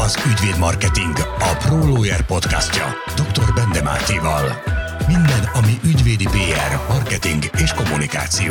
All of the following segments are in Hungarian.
az Ügyvédmarketing, a ProLawyer podcastja dr. Bende Mártéval. Minden, ami ügyvédi PR, marketing és kommunikáció.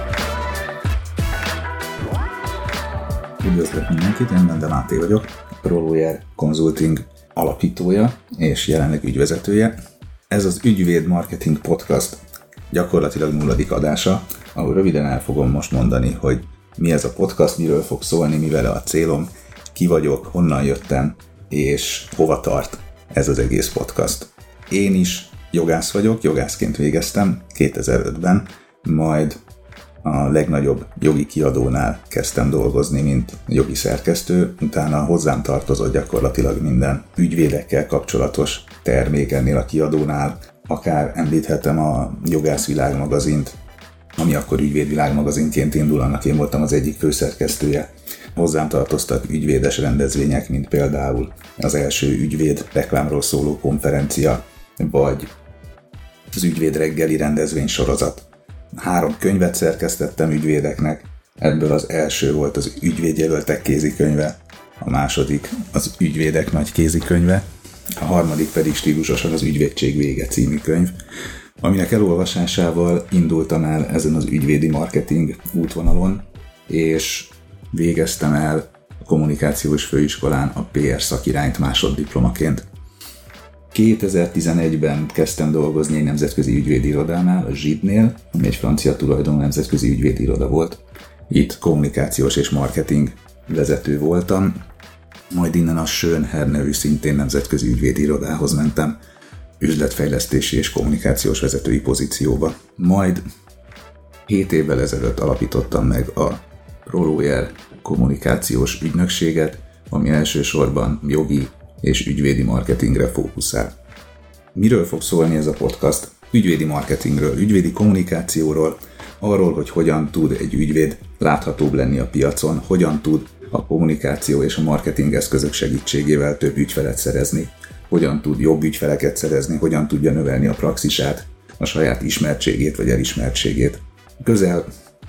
Üdvözlök mindenkit, én Bende Máté vagyok, ProLawyer Consulting alapítója és jelenleg ügyvezetője. Ez az Ügyvédmarketing podcast gyakorlatilag 0. adása, ahol röviden el fogom most mondani, hogy mi ez a podcast, miről fog szólni, mi vele a célom, ki vagyok, honnan jöttem, és hova tart ez az egész podcast. Én is jogász vagyok, jogászként végeztem 2005-ben, majd a legnagyobb jogi kiadónál kezdtem dolgozni, mint jogi szerkesztő, utána hozzám tartozott gyakorlatilag minden ügyvédekkel kapcsolatos termék ennél a kiadónál, akár említhetem a Jogászvilág magazint, ami akkor Ügyvédvilág magazinként indul, annak én voltam az egyik főszerkesztője. Hozzám tartoztak ügyvédes rendezvények, mint például az első ügyvéd reklámról szóló konferencia, vagy az ügyvéd reggeli rendezvénysorozat. 3 könyvet szerkesztettem ügyvédeknek, ebből az első volt az ügyvédjelöltek kézikönyve, a második az ügyvédek nagy kézikönyve, a harmadik pedig stílusosan az Ügyvédség vége című könyv, aminek elolvasásával indultam el ezen az ügyvédi marketing útvonalon, és végeztem el a kommunikációs főiskolán a PR szakirányt másoddiplomaként. 2011-ben kezdtem dolgozni egy nemzetközi ügyvédi irodánál, a ZSID-nél, ami egy francia tulajdonú nemzetközi ügyvédi iroda volt. Itt kommunikációs és marketing vezető voltam, majd innen a Schönherr nevű szintén nemzetközi ügyvédi irodához mentem, üzletfejlesztési és kommunikációs vezetői pozícióba. Majd 7 évvel ezelőtt alapítottam meg a ProLawyer kommunikációs ügynökséget, ami elsősorban jogi és ügyvédi marketingre fókuszál. Miről fog szólni ez a podcast? Ügyvédi marketingről, ügyvédi kommunikációról, arról, hogy hogyan tud egy ügyvéd láthatóbb lenni a piacon, hogyan tud a kommunikáció és a marketing eszközök segítségével több ügyfelet szerezni, hogyan tud jobb ügyfeleket szerezni, hogyan tudja növelni a praxisát, a saját ismertségét vagy elismertségét. Közel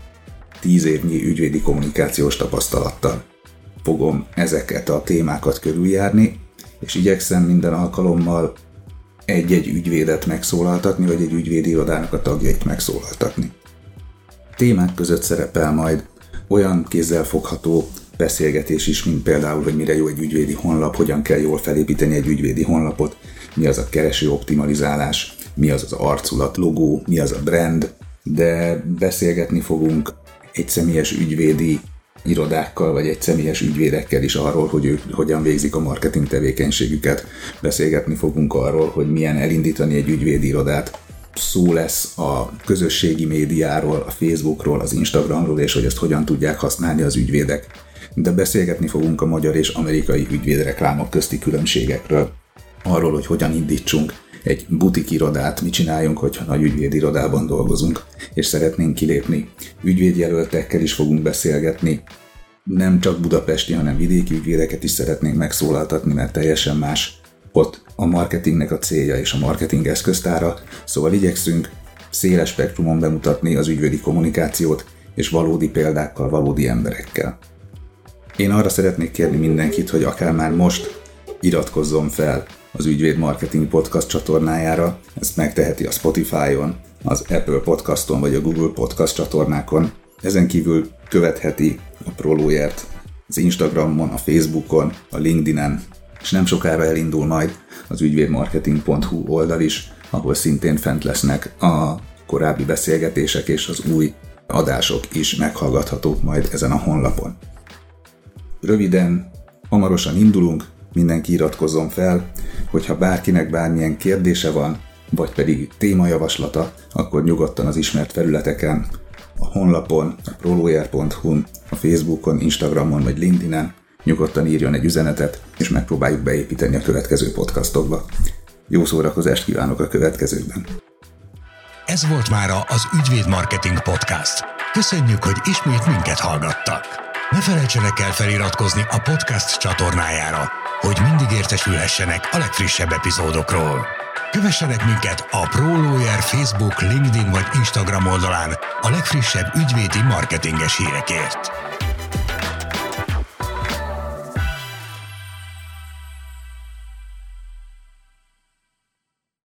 10 évnyi ügyvédi kommunikációs tapasztalattal fogom ezeket a témákat körüljárni, és igyekszem minden alkalommal egy-egy ügyvédet megszólaltatni, vagy egy ügyvédi irodának a tagjait megszólaltatni. Témák között szerepel majd olyan kézzelfogható beszélgetés is, mint például, hogy mire jó egy ügyvédi honlap, hogyan kell jól felépíteni egy ügyvédi honlapot, mi az a kereső optimalizálás, mi az az arculat, logó, mi az a brand, de beszélgetni fogunk egy személyes ügyvédi irodákkal, vagy egy személyes ügyvédekkel is arról, hogy ők hogyan végzik a marketing tevékenységüket. Beszélgetni fogunk arról, hogy milyen elindítani egy ügyvédi irodát. Szó lesz a közösségi médiáról, a Facebookról, az Instagramról, és hogy ezt hogyan tudják használni az ügyvédek. De beszélgetni fogunk a magyar és amerikai ügyvédreklámok közti különbségekről. Arról, hogy hogyan indítsunk egy butik irodát, mit csináljunk, hogyha nagy ügyvédi irodában dolgozunk, és szeretnénk kilépni. Ügyvédjelöltekkel is fogunk beszélgetni, nem csak budapesti, hanem vidéki ügyvédeket is szeretnénk megszólaltatni, mert teljesen más ott a marketingnek a célja és a marketing eszköztára, szóval igyekszünk széles spektrumon bemutatni az ügyvédi kommunikációt, és valódi példákkal, valódi emberekkel. Én arra szeretnék kérni mindenkit, hogy akár már most iratkozzon fel az Ügyvéd Marketing Podcast csatornájára, ezt megteheti a Spotify-on, az Apple Podcaston vagy a Google Podcast csatornákon. Ezen kívül követheti a ProLawyer-t az Instagramon, a Facebookon, a LinkedIn-en, és nem sokára elindul majd az ügyvédmarketing.hu oldal is, ahol szintén fent lesznek a korábbi beszélgetések és az új adások is meghallgathatók majd ezen a honlapon. Röviden, hamarosan indulunk, mindenki iratkozzon fel, hogyha bárkinek bármilyen kérdése van, vagy pedig témajavaslata, akkor nyugodtan az ismert felületeken, a honlapon, a prolawyer.hu-n, a Facebookon, Instagramon vagy LinkedIn-en nyugodtan írjon egy üzenetet, és megpróbáljuk beépíteni a következő podcastokba. Jó szórakozást kívánok a következőkben! Ez volt mára az Ügyvédmarketing Podcast. Köszönjük, hogy ismét minket hallgattak! Ne felejtsenek el feliratkozni a podcast csatornájára, hogy mindig értesülhessenek a legfrissebb epizódokról. Kövessenek minket a ProLawyer Facebook, LinkedIn vagy Instagram oldalán a legfrissebb ügyvédi marketinges hírekért.